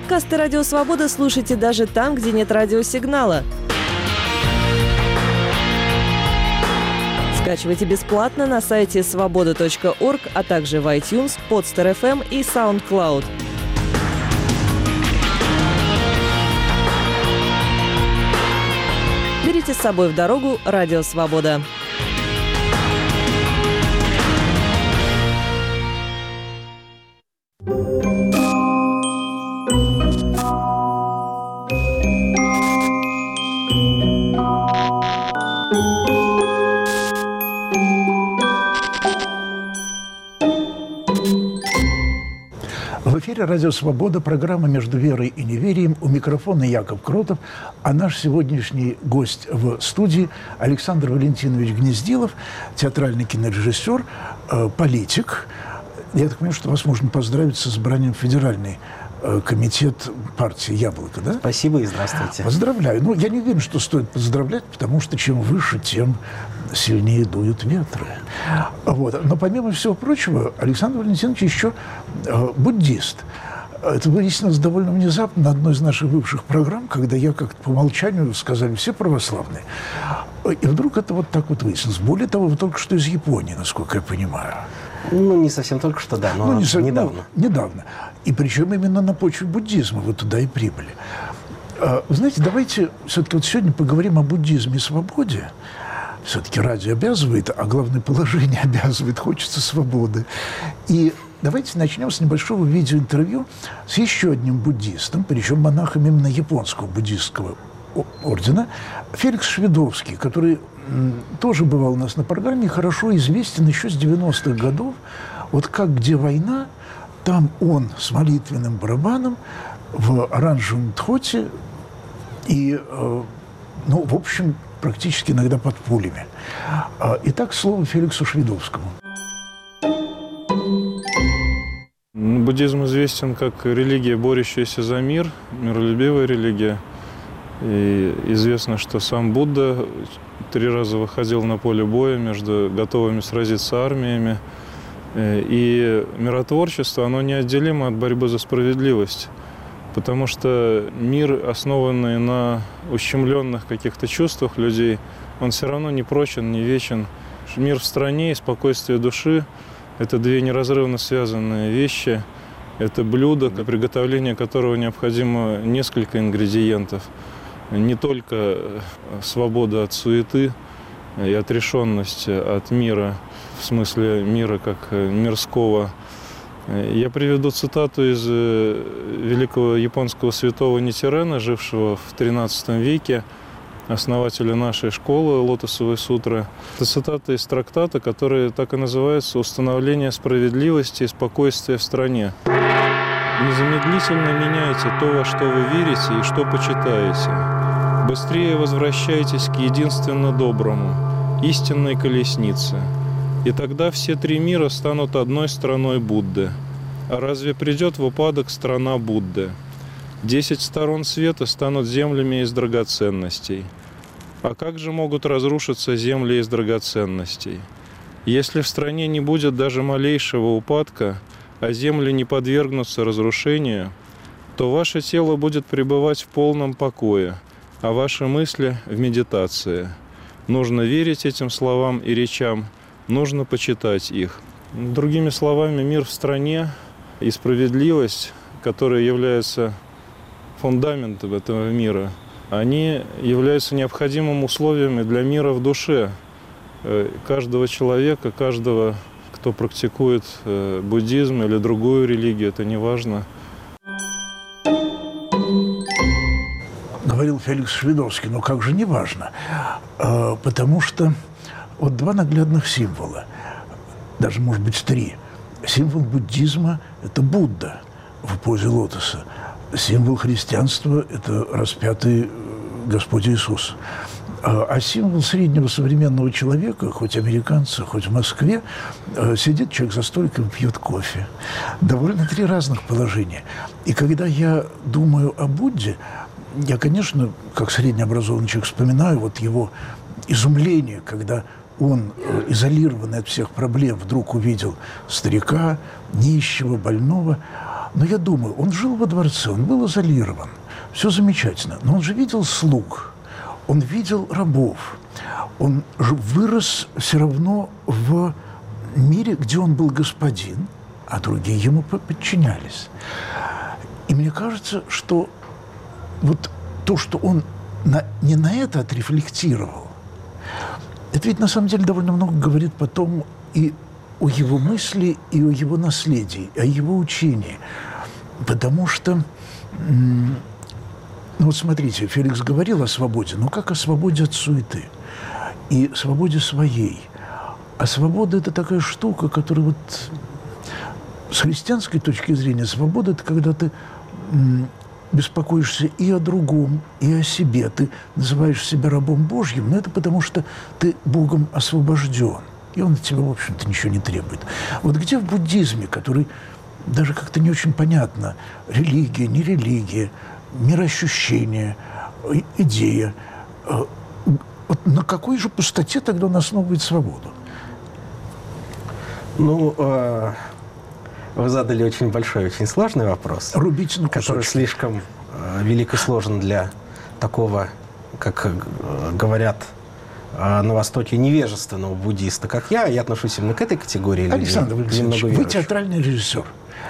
Подкасты «Радио Свобода» слушайте даже там, где нет радиосигнала. Скачивайте бесплатно на сайте svoboda.org, а также в iTunes, Podster.fm и SoundCloud. Берите с собой в дорогу «Радио Свобода». В эфире «Радио Свобода», программа «Между верой и неверием». У микрофона Яков Кротов, а наш сегодняшний гость в студии Александр Валентинович Гнездилов, театральный кинорежиссер, политик. Я так понимаю, что вас можно поздравить с избранием в Федеральный комитет партии «Яблоко», да? Спасибо и здравствуйте. Поздравляю. Ну, я не уверен, что стоит поздравлять, потому что чем выше, тем сильнее дуют ветры. Вот. Но помимо всего прочего, Александр Валентинович еще буддист. Это выяснилось довольно внезапно на одной из наших бывших программ, когда я как-то по умолчанию сказали, все православные. И вдруг это вот так вот выяснилось. Более того, вы только что из Японии, насколько я понимаю. Ну, не совсем только что, да, но недавно. Недавно. И причем именно на почве буддизма вы туда и прибыли. Вы знаете, давайте все-таки вот сегодня поговорим о буддизме и свободе. Все-таки радио обязывает, а главное положение обязывает, хочется свободы. И давайте начнем с небольшого видеоинтервью с еще одним буддистом, причем монахом именно японского буддистского ордена, Феликс Шведовский, который тоже бывал у нас на программе, хорошо известен еще с 90-х годов. Вот как «Где война?», там он с молитвенным барабаном в оранжевом тхоте и, ну, в общем, практически иногда под пулями. Итак, слово Феликсу Шведовскому. Буддизм известен как религия, борющаяся за мир, миролюбивая религия. И известно, что сам Будда 3 раза выходил на поле боя между готовыми сразиться армиями. И миротворчество, оно неотделимо от борьбы за справедливость. Потому что мир, основанный на ущемленных каких-то чувствах людей, он все равно не прочен, не вечен. Мир в стране и спокойствие души – это 2 неразрывно связанные вещи. Это блюдо, для приготовления которого необходимо несколько ингредиентов. Не только свобода от суеты и отрешенность от мира, в смысле мира как мирского. Я приведу цитату из великого японского святого Нитирена, жившего в XIII веке, основателя нашей школы Лотосовой сутры. Это цитата из трактата, который так и называется «Установление справедливости и спокойствия в стране». «Незамедлительно меняйте то, во что вы верите и что почитаете. Быстрее возвращайтесь к единственно доброму, истинной колеснице. И тогда все 3 мира станут одной страной Будды. А разве придет в упадок страна Будды? 10 сторон света станут землями из драгоценностей. А как же могут разрушиться земли из драгоценностей? Если в стране не будет даже малейшего упадка, а земли не подвергнутся разрушению, то ваше тело будет пребывать в полном покое, а ваши мысли в медитации. Нужно верить этим словам и речам, нужно почитать их». Другими словами, мир в стране и справедливость, которая является фундаментом этого мира, они являются необходимым условием для мира в душе каждого человека, каждого, кто практикует буддизм или другую религию, это не важно. Говорил Феликс Шведовский, но как же не важно, потому что вот 2 наглядных символа, даже, может быть, 3. Символ буддизма – это Будда в позе лотоса. Символ христианства – это распятый Господь Иисус. А символ среднего современного человека, хоть американца, хоть в Москве, сидит человек за столиком и пьет кофе. Довольно 3 разных положения. И когда я думаю о Будде, я, конечно, как среднеобразованный человек, вспоминаю вот его изумление, когда он, изолированный от всех проблем, вдруг увидел старика, нищего, больного. Но я думаю, он жил во дворце, он был изолирован, все замечательно, но он же видел слуг, он видел рабов, он же вырос все равно в мире, где он был господин, а другие ему подчинялись. И мне кажется, что вот то, что он не на это отрефлектировал, это ведь на самом деле довольно много говорит потом и о его мысли, и о его наследии, о его учении. Потому что, ну вот смотрите, Феликс говорил о свободе, но как о свободе от суеты и свободе своей. А свобода – это такая штука, которая вот с христианской точки зрения свобода – это когда ты беспокоишься и о другом, и о себе. Ты называешь себя рабом Божьим, но это потому, что ты Богом освобожден. И он от тебя, в общем-то, ничего не требует. Вот где в буддизме, который даже как-то не очень понятно, религия, не религия, мироощущение, идея, вот на какой же пустоте тогда он основывает свободу? Ну, вы задали очень большой, очень сложный вопрос. Рубите на кусочки. Который слишком велик и сложен для такого, как говорят на Востоке, невежественного буддиста, как я. Я отношусь именно к этой категории людей. Александр Алексеевич, вы театральный режиссер.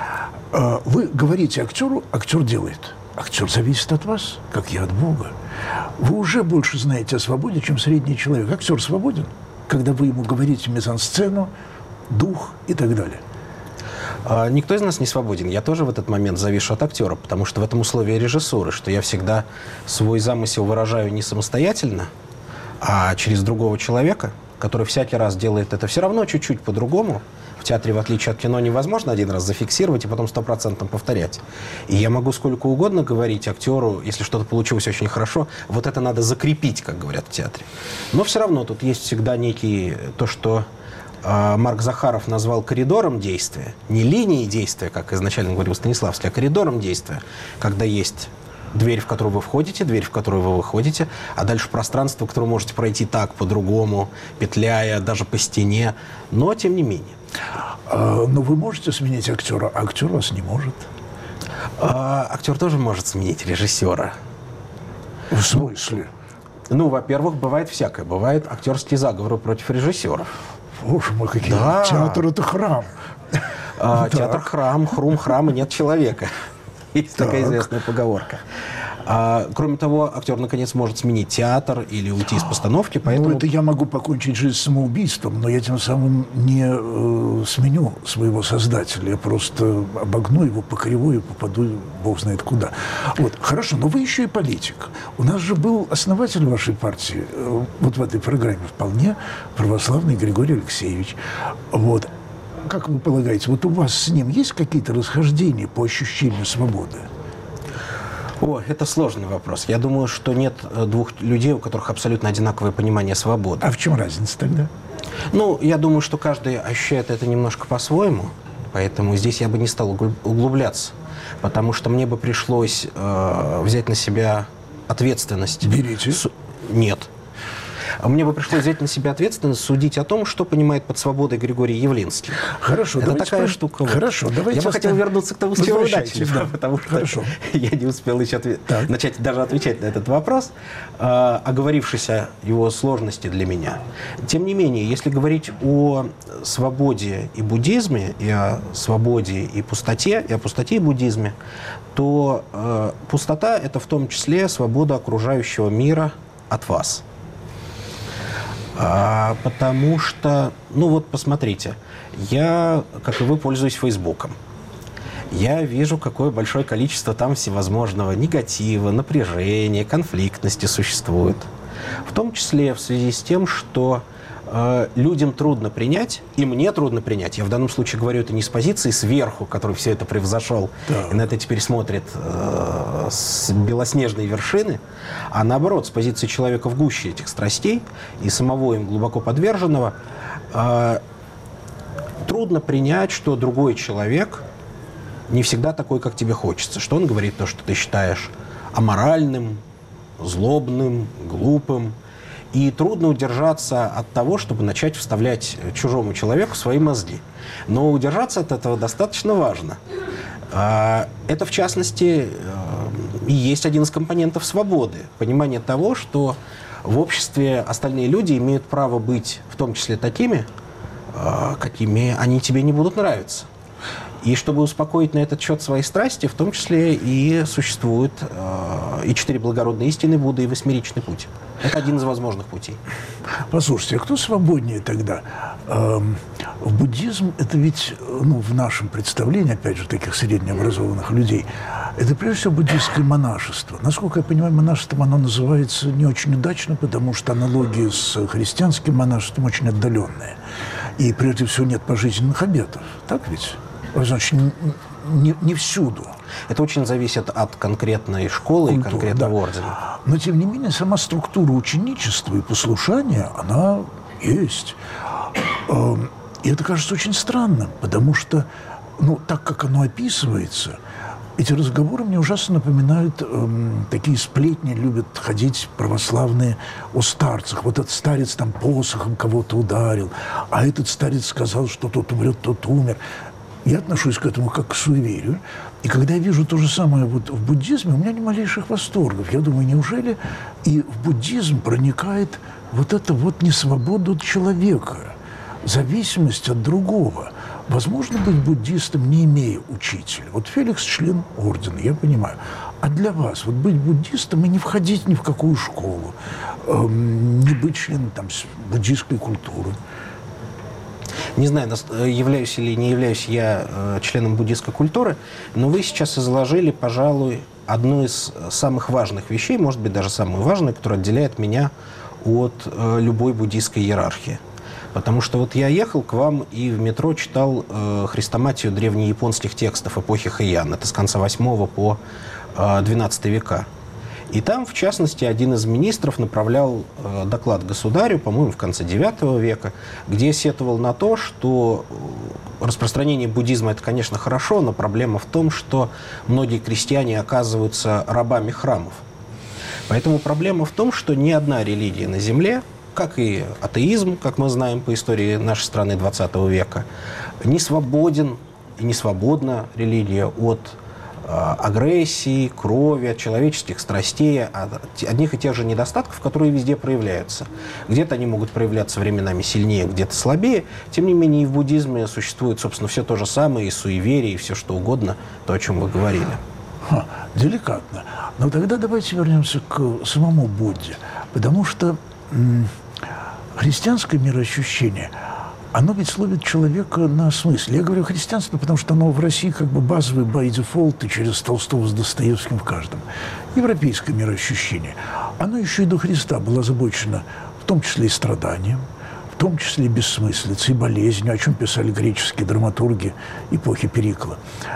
Вы говорите актеру, актер делает. Актер зависит от вас, как я от Бога. Вы уже больше знаете о свободе, чем средний человек. Актер свободен, когда вы ему говорите мизансцену, дух и так далее. Никто из нас не свободен. Я тоже в этот момент завишу от актера, потому что в этом условии режиссуры, что я всегда свой замысел выражаю не самостоятельно, а через другого человека, который всякий раз делает это все равно чуть-чуть по-другому. В театре, в отличие от кино, невозможно один раз зафиксировать и потом 100% повторять. И я могу сколько угодно говорить актеру, если что-то получилось очень хорошо, вот это надо закрепить, как говорят в театре. Но все равно тут есть всегда некий, то, что Марк Захаров назвал коридором действия, не линией действия, как изначально говорил Станиславский, а коридором действия, когда есть дверь, в которую вы входите, дверь, в которую вы выходите, а дальше пространство, которое вы можете пройти так, по-другому, петляя, даже по стене, но тем не менее. Но вы можете сменить актера, а актер вас не может. Актер тоже может сменить режиссера. В смысле? Ну, во-первых, бывает всякое. Бывают актерские заговоры против режиссеров. Боже мой, какие... Да. Театр – это храм. Театр – храм, храм и нет человека. Есть такая известная поговорка. Кроме того, актер, наконец, может сменить театр или уйти из постановки, поэтому... Ну, это я могу покончить жизнь самоубийством, но я тем самым не сменю своего создателя. Я просто обогну его по кривой и попаду, бог знает куда. Вот, хорошо, но вы еще и политик. У нас же был основатель вашей партии, вот в этой программе вполне православный Григорий Алексеевич. Вот. Как вы полагаете, вот у вас с ним есть какие-то расхождения по ощущению свободы? О, это сложный вопрос. Я думаю, что нет двух людей, у которых абсолютно одинаковое понимание свободы. А в чем разница тогда? Ну, я думаю, что каждый ощущает это немножко по-своему, поэтому здесь я бы не стал углубляться, потому что мне бы пришлось взять на себя ответственность. Берите. Нет. Мне бы пришлось взять на себя ответственность, судить о том, что понимает под сводой Григорий Явлинский. Хорошо, это такая штука. Хорошо, давайте. Я бы хотел вернуться к тому, с чего вы начали, да. потому что Хорошо. я не успел еще начать даже отвечать на этот вопрос, оговорившись о его сложности для меня. Тем не менее, если говорить о свободе и буддизме, и о свободе и пустоте, и буддизме, то пустота – это в том числе свобода окружающего мира от вас. Потому что, ну вот посмотрите, я, как и вы, пользуюсь Фейсбуком. Я вижу, какое большое количество там всевозможного негатива, напряжения, конфликтности существует. В том числе в связи с тем, что людям трудно принять, и мне трудно принять. Я в данном случае говорю это не с позиции сверху, который все это превзошел, и на это теперь смотрит с белоснежной вершины, а наоборот, с позиции человека в гуще этих страстей и самого им глубоко подверженного, трудно принять, что другой человек не всегда такой, как тебе хочется, что он говорит то, что ты считаешь аморальным, злобным, глупым. И трудно удержаться от того, чтобы начать вставлять чужому человеку свои мозги. Но удержаться от этого достаточно важно. Это, в частности, и есть один из компонентов свободы. Понимание того, что в обществе остальные люди имеют право быть в том числе такими, какими они тебе не будут нравиться. И чтобы успокоить на этот счет свои страсти, в том числе и существует и 4 благородные истины Будды, и 8-ричный путь. Это один из возможных путей. Послушайте, а кто свободнее тогда? В буддизм это ведь, в нашем представлении, опять же, таких среднеобразованных людей, это прежде всего буддийское монашество. Насколько я понимаю, монашеством оно называется не очень удачно, потому что аналогии с христианским монашеством очень отдаленные. И прежде всего нет пожизненных обетов. Так ведь? Значит, не всюду. Это очень зависит от конкретной школы и конкретного ордена. Но, тем не менее, сама структура ученичества и послушания, она есть. И это кажется очень странным, потому что, так как оно описывается, эти разговоры мне ужасно напоминают, такие сплетни любят ходить православные о старцах. Вот этот старец там посохом кого-то ударил, а этот старец сказал, что тот умрет, тот умер. Я отношусь к этому как к суеверию. И когда я вижу то же самое вот в буддизме, у меня ни малейших восторгов. Я думаю, неужели и в буддизм проникает вот эта вот несвобода от человека, зависимость от другого. Возможно быть буддистом, не имея учителя. Вот Феликс член ордена, я понимаю. А для вас вот быть буддистом и не входить ни в какую школу, не быть членом буддийской культуры? Не знаю, являюсь или не являюсь я членом буддийской культуры, но вы сейчас изложили, пожалуй, одну из самых важных вещей, может быть, даже самую важную, которая отделяет меня от любой буддийской иерархии. Потому что вот я ехал к вам и в метро читал хрестоматию древнеяпонских текстов эпохи Хэйан. Это с конца 8 по 12 века. И там, в частности, один из министров направлял доклад государю, по-моему, в конце IX века, где сетовал на то, что распространение буддизма – это, конечно, хорошо, но проблема в том, что многие крестьяне оказываются рабами храмов. Поэтому проблема в том, что ни одна религия на земле, как и атеизм, как мы знаем по истории нашей страны XX века, не свободен и не свободна религия от агрессии, крови, от человеческих страстей, от одних и тех же недостатков, которые везде проявляются. Где-то они могут проявляться временами сильнее, где-то слабее. Тем не менее, и в буддизме существует, собственно, все то же самое, и суеверие, и все что угодно, то, о чем вы говорили. Деликатно. Но тогда давайте вернемся к самому Будде. Потому что христианское мироощущение, оно ведь словит человека на смысле. Я говорю христианство, потому что оно в России как бы базовый by default, и через Толстого с Достоевским в каждом. Европейское мироощущение, оно еще и до Христа было озабочено в том числе и страданием, в том числе и бессмыслицей, и болезнью, о чем писали греческие драматурги эпохи Перикла.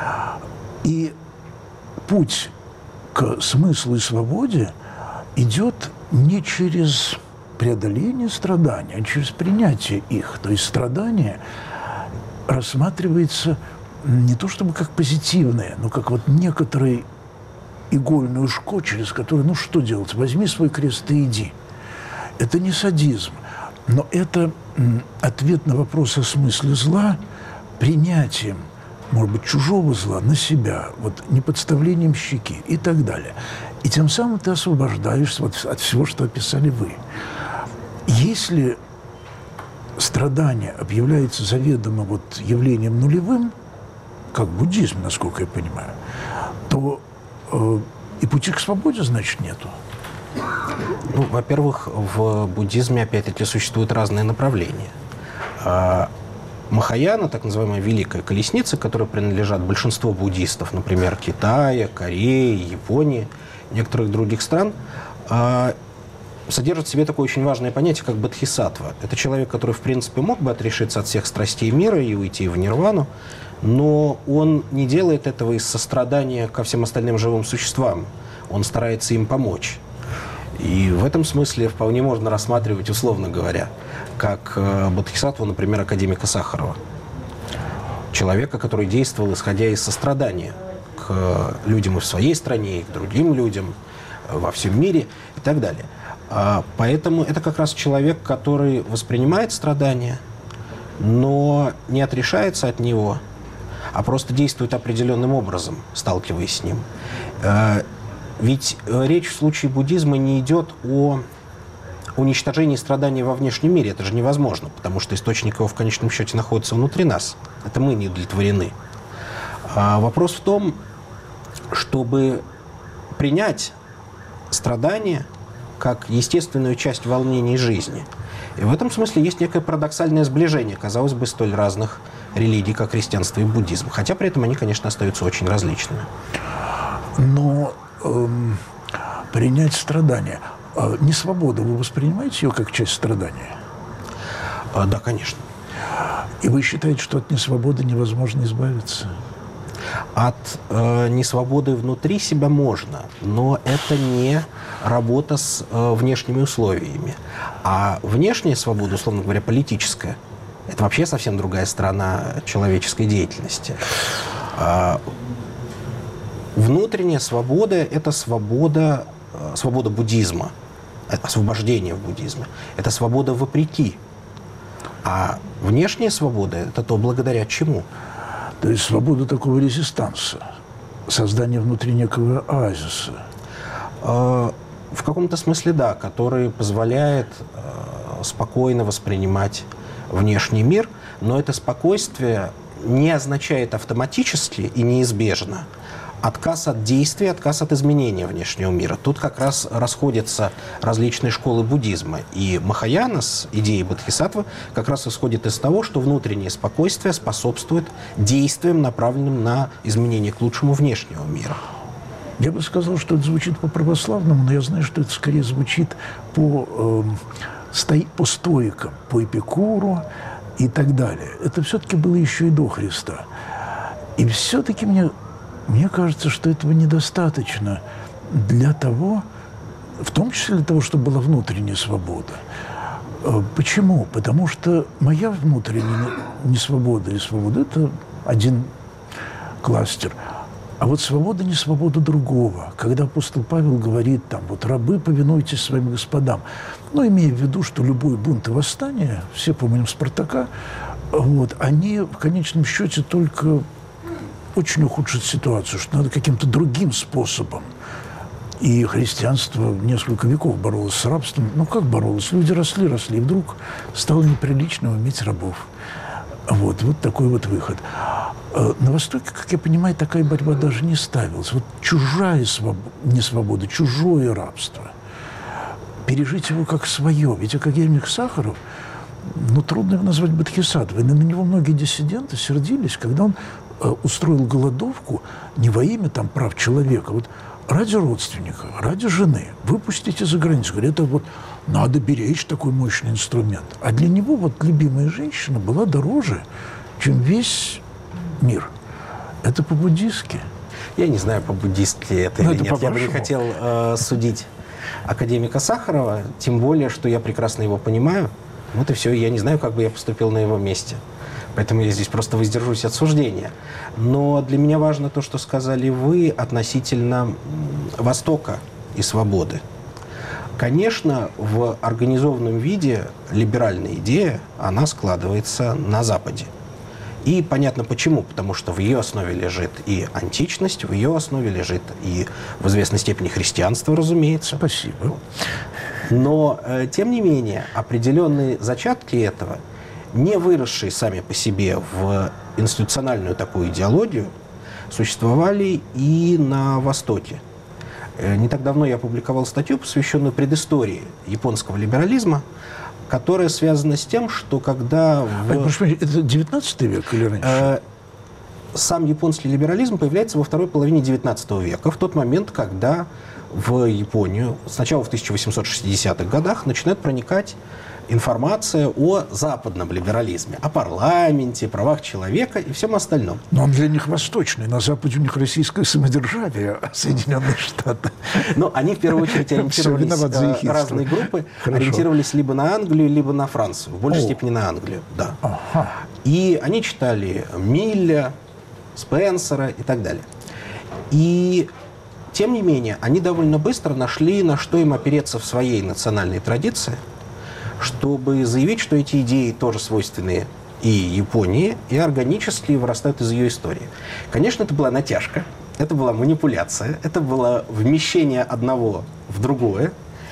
И путь к смыслу и свободе идет не через преодоление страданий, а через принятие их. То есть страдание рассматривается не то чтобы как позитивное, но как вот некоторый игольный ушко, через который, что делать? Возьми свой крест и иди. Это не садизм, но это ответ на вопрос о смысле зла принятием, может быть, чужого зла на себя, вот не подставлением щеки и так далее. И тем самым ты освобождаешься от всего, что описали вы. Если страдание объявляется заведомо явлением нулевым, как в буддизме, насколько я понимаю, то и пути к свободе, значит, нету. Во-первых, в буддизме, опять-таки, существуют разные направления. Махаяна, так называемая Великая Колесница, которой принадлежат большинство буддистов, например, Китая, Кореи, Японии, некоторых других стран, содержит в себе такое очень важное понятие, как бодхисаттва. Это человек, который, в принципе, мог бы отрешиться от всех страстей мира и уйти в нирвану, но он не делает этого из сострадания ко всем остальным живым существам. Он старается им помочь. И в этом смысле вполне можно рассматривать, условно говоря, как бодхисаттву, например, академика Сахарова. Человека, который действовал, исходя из сострадания к людям и в своей стране, и к другим людям во всем мире и так далее. Поэтому это как раз человек, который воспринимает страдания, но не отрешается от него, а просто действуют определенным образом, сталкиваясь с ним. Ведь речь в случае буддизма не идет о уничтожении страданий во внешнем мире. Это же невозможно, потому что источник его в конечном счете находится внутри нас. Это мы не удовлетворены. Вопрос в том, чтобы принять страдания как естественную часть волнений жизни. И в этом смысле есть некое парадоксальное сближение, казалось бы, столь разных религий, как христианство и буддизм. Хотя при этом они, конечно, остаются очень различными. Но принять страдания. Несвобода, вы воспринимаете ее как часть страдания? Да, конечно. И вы считаете, что от несвободы невозможно избавиться? От несвободы внутри себя можно, но это не работа с внешними условиями. А внешняя свобода, условно говоря, политическая, это вообще совсем другая сторона человеческой деятельности. Внутренняя свобода – это свобода буддизма, освобождение в буддизме. Это свобода вопреки. А внешняя свобода – это то, благодаря чему. То есть свобода такого резистанса, создание внутри некого оазиса. В каком-то смысле, да, который позволяет спокойно воспринимать внешний мир, но это спокойствие не означает автоматически и неизбежно отказ от действия, отказ от изменения внешнего мира. Тут как раз расходятся различные школы буддизма. И Махаяна с идеей бодхисаттвы как раз исходит из того, что внутреннее спокойствие способствует действиям, направленным на изменение к лучшему внешнего мира. Я бы сказал, что это звучит по-православному, но я знаю, что это скорее звучит по стоикам, по Эпикуру и так далее. Это все-таки было еще и до Христа. И все-таки мне кажется, что этого недостаточно для того, в том числе для того, чтобы была внутренняя свобода. Почему? Потому что моя внутренняя несвобода и свобода – это один кластер. А вот свобода не свобода другого. Когда апостол Павел говорит, рабы, повинуйтесь своим господам. Имея в виду, что любой бунт и восстание, все помним Спартака, они в конечном счете только очень ухудшат ситуацию, что надо каким-то другим способом. И христианство несколько веков боролось с рабством. Как боролось? Люди росли, и вдруг стало неприличным иметь рабов. Вот такой выход. На Востоке, как я понимаю, такая борьба даже не ставилась. Чужая несвобода, чужое рабство. Пережить его как свое. Ведь академик Сахаров, трудно его назвать бодхисаттвой. На него многие диссиденты сердились, когда он устроил голодовку не во имя прав человека, ради родственника, ради жены, выпустите за границу. Говорят, это надо беречь такой мощный инструмент. А для него любимая женщина была дороже, чем весь мир. Это по-буддистски. Я не знаю, по-буддистски это или нет. Я бы не хотел судить академика Сахарова, тем более, что я прекрасно его понимаю. Вот и все. Я не знаю, как бы я поступил на его месте. Поэтому я здесь просто воздержусь от суждения. Но для меня важно то, что сказали вы относительно Востока и свободы. Конечно, в организованном виде либеральная идея, она складывается на Западе. И понятно почему. Потому что в ее основе лежит и античность, в ее основе лежит и в известной степени христианство, разумеется. Спасибо. Но, тем не менее, определенные зачатки этого, не выросшие сами по себе в институциональную такую идеологию, существовали и на Востоке. Не так давно я опубликовал статью, посвященную предыстории японского либерализма, которая связана с тем, что когда... Это 19 век или раньше? Сам японский либерализм появляется во второй половине 19 века, в тот момент, когда в Японию, сначала в 1860-х годах, начинает проникать информация о западном либерализме, о парламенте, правах человека и всем остальном. Но он для них восточный. На Западе у них российское самодержавие, Соединенные Штаты. Но они в первую очередь ориентировались, разные группы, ориентировались либо на Англию, либо на Францию. В большей степени на Англию, да. Ага. И они читали Милля, Спенсера и так далее. И тем не менее, они довольно быстро нашли, на что им опереться в своей национальной традиции, чтобы заявить, что эти идеи тоже свойственны и Японии и органически вырастают из ее истории. Конечно, это была натяжка, это была манипуляция, это было вмещение одного в другое,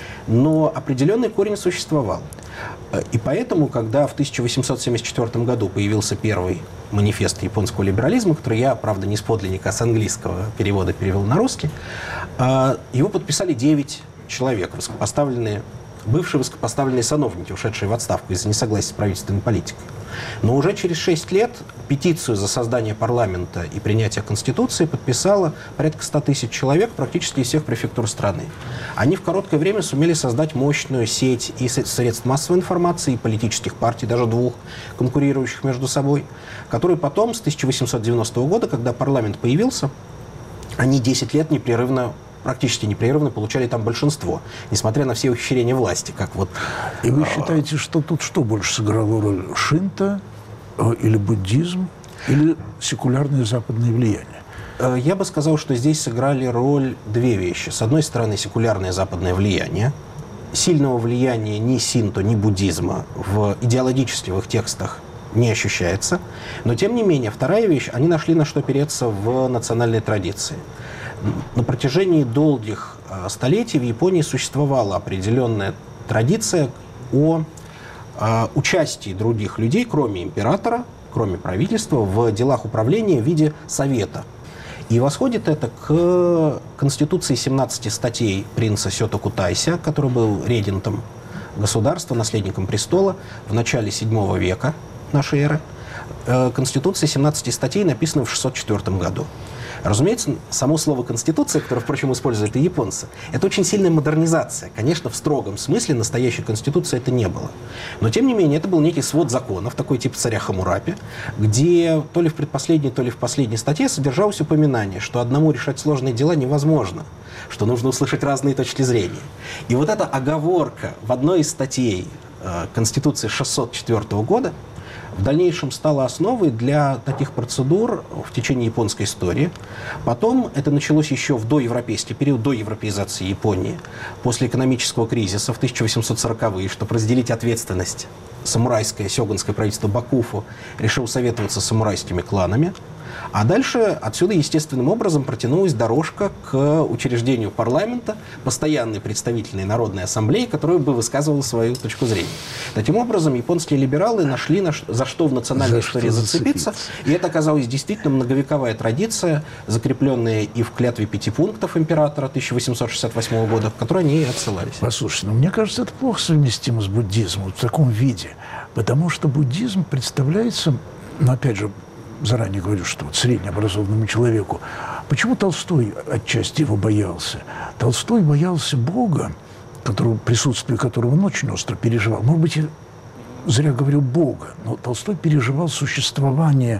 но определенный корень существовал. И поэтому, когда в 1874 году появился первый манифест японского либерализма, который я, правда, не с подлинника, а с английского перевода перевел на русский, его подписали 9 человек, бывшие высокопоставленные сановники, ушедшие в отставку из-за несогласия с правительственной политикой. Но уже через 6 лет петицию за создание парламента и принятие Конституции подписало порядка 100 тысяч человек практически из всех префектур страны. Они в короткое время сумели создать мощную сеть и средств массовой информации, и политических партий, даже 2 конкурирующих между собой, которые потом, с 1890 года, когда парламент появился, они 10 лет практически непрерывно получали там большинство, несмотря на все ухищрения власти. Как вот, и вы считаете, что тут что больше сыграло роль? Шинто или буддизм, или секулярное западное влияние? Я бы сказал, что здесь сыграли роль 2 вещи. С одной стороны, секулярное западное влияние. Сильного влияния ни синто, ни буддизма в идеологических текстах не ощущается. Но, тем не менее, вторая вещь, они нашли на что опереться в национальной традиции. На протяжении долгих столетий в Японии существовала определенная традиция о участии других людей, кроме императора, кроме правительства, в делах управления в виде совета. И восходит это к Конституции 17 статей принца Сётоку Тайся, который был регентом государства, наследником престола в начале VII века нашей эры. Конституция 17 статей написана в 604 году. Разумеется, само слово «конституция», которое, впрочем, используют и японцы, это очень сильная модернизация. Конечно, в строгом смысле настоящей конституции это не было. Но, тем не менее, это был некий свод законов, такой тип царя Хамурапи, где то ли в предпоследней, то ли в последней статье содержалось упоминание, что одному решать сложные дела невозможно, что нужно услышать разные точки зрения. И вот эта оговорка в одной из статей Конституции 604 года в дальнейшем стала основой для таких процедур в течение японской истории. Потом это началось еще в доевропейский период, до европеизации Японии, после экономического кризиса в 1840-е, чтобы разделить ответственность. Самурайское, сёгунское правительство Бакуфу решило советоваться с самурайскими кланами. А дальше отсюда естественным образом протянулась дорожка к учреждению парламента, постоянной представительной народной ассамблеи, которая бы высказывала свою точку зрения. Таким образом, японские либералы нашли, за что в национальной истории зацепиться. И это оказалась действительно многовековая традиция, закрепленная и в клятве 5 пунктов императора 1868 года, к которой они и отсылались. Послушайте, мне кажется, это плохо совместимо с буддизмом в таком виде, потому что буддизм представляется, опять же, заранее говорю, что вот среднеобразованному человеку. Почему Толстой отчасти его боялся? Толстой боялся Бога, присутствие которого он очень остро переживал. Может быть, я зря говорю Бога, но Толстой переживал существование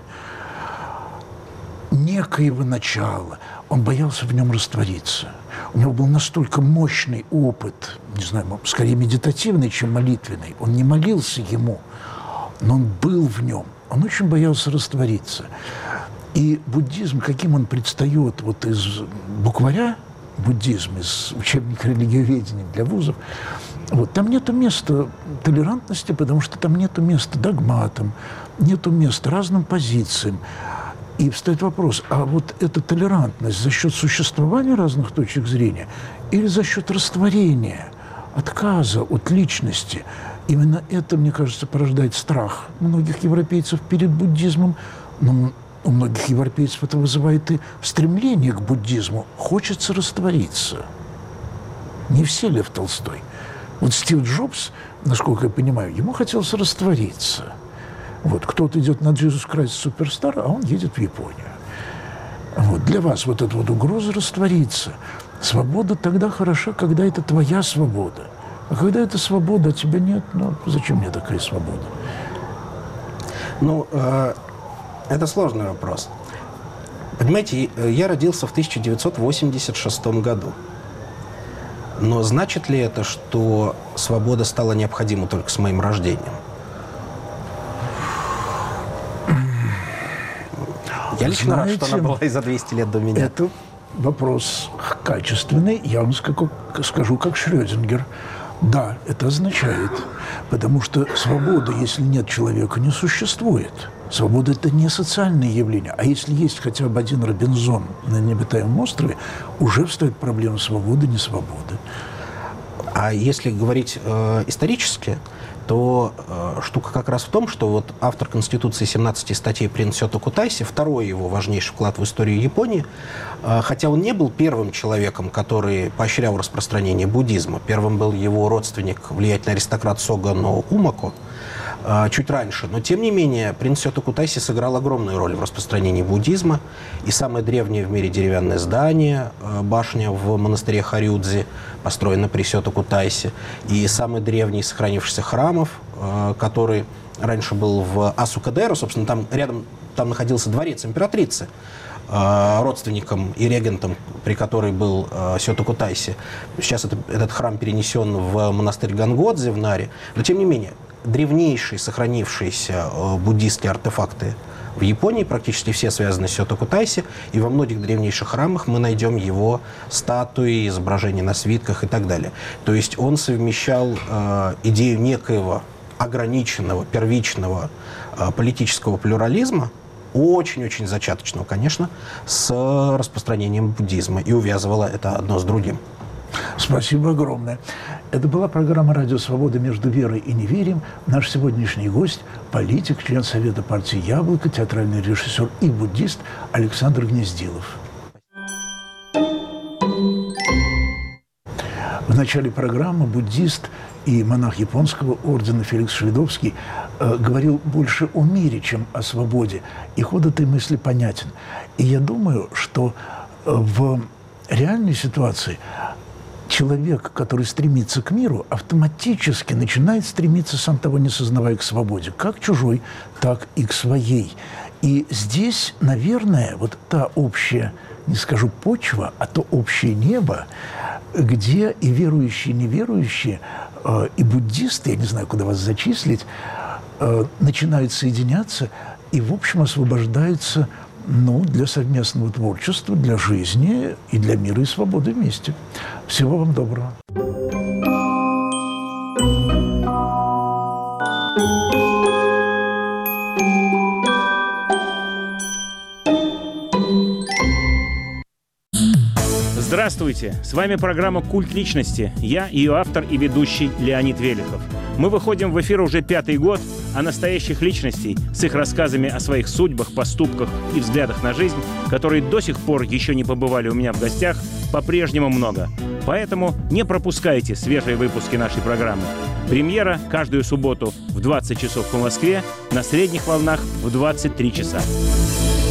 некоего начала. Он боялся в нем раствориться. У него был настолько мощный опыт, не знаю, скорее медитативный, чем молитвенный. Он не молился ему, но он был в нем. Он очень боялся раствориться. И буддизм, каким он предстает вот из букваря, буддизм, из учебника религиоведения для вузов, вот, там нету места толерантности, потому что там нету места догматам, нету места разным позициям. И встает вопрос, а вот эта толерантность за счет существования разных точек зрения или за счет растворения, отказа от личности? Именно это, мне кажется, порождает страх многих европейцев перед буддизмом, но у многих европейцев это вызывает и стремление к буддизму. Хочется раствориться. Не все Лев Толстой. Вот Стив Джобс, насколько я понимаю, ему хотелось раствориться. Вот, кто-то идет на Jesus Christ Superstar, а он едет в Японию. Вот, для вас вот эта вот угроза раствориться. Свобода тогда хороша, когда это твоя свобода. А когда это свобода, а тебя нет, ну зачем мне такая свобода? Ну, это сложный вопрос. Понимаете, я родился в 1986 году. Но значит ли это, что свобода стала необходима только с моим рождением? Я лично рад, что она была и за 200 лет до меня. Это вопрос качественный. Я вам скажу, как Шрёдингер. Да, это означает, потому что свободы, если нет человека, не существует. Свобода – это не социальное явление. А если есть хотя бы один Робинзон на необитаемом острове, уже встает проблема свободы, не свободы. А если говорить исторически, то штука как раз в том, что вот автор Конституции 17 статей принц Сёто Кутайси, второй его важнейший вклад в историю Японии, хотя он не был первым человеком, который поощрял распространение буддизма, первым был его родственник, влиятельный аристократ Сога но Умако, чуть раньше. Но, тем не менее, принц Сёто Кутайси сыграл огромную роль в распространении буддизма. И самое древнее в мире деревянное здание, башня в монастыре Харюдзи, построена при Сёто Кутайси. И самый древний из сохранившихся храмов, который раньше был в Асукадеро, собственно, там рядом находился дворец императрицы, родственником и регентом, при которой был Сёто Кутайси. Сейчас этот храм перенесен в монастырь Гангодзи в Наре. Но, тем не менее, древнейшие сохранившиеся буддистские артефакты в Японии, практически все связаны с Сёто Кутайси, и во многих древнейших храмах мы найдем его статуи, изображения на свитках и так далее. То есть он совмещал идею некоего ограниченного, первичного политического плюрализма, очень-очень зачаточного, конечно, с распространением буддизма, и увязывало это одно с другим. Спасибо огромное. Это была программа «Радио Свобода. Между верой и неверием». Наш сегодняшний гость – политик, член Совета партии «Яблоко», театральный режиссер и буддист Александр Гнездилов. В начале программы буддист и монах японского ордена Феликс Шведовский говорил больше о мире, чем о свободе. И ход этой мысли понятен. И я думаю, что в реальной ситуации человек, который стремится к миру, автоматически начинает стремиться, сам того не сознавая, к свободе. Как чужой, так и к своей. И здесь, наверное, вот та общая, не скажу почва, а то общее небо, где и верующие, и неверующие, и буддисты, я не знаю, куда вас зачислить, начинают соединяться и, в общем, освобождаются для совместного творчества, для жизни и для мира и свободы вместе. Всего вам доброго. Здравствуйте! С вами программа «Культ личности». Я ее автор и ведущий Леонид Велихов. Мы выходим в эфир уже 5-й год, а настоящих личностей с их рассказами о своих судьбах, поступках и взглядах на жизнь, которые до сих пор еще не побывали у меня в гостях, по-прежнему много. Поэтому не пропускайте свежие выпуски нашей программы. Премьера каждую субботу в 20 часов по Москве, на средних волнах в 23 часа.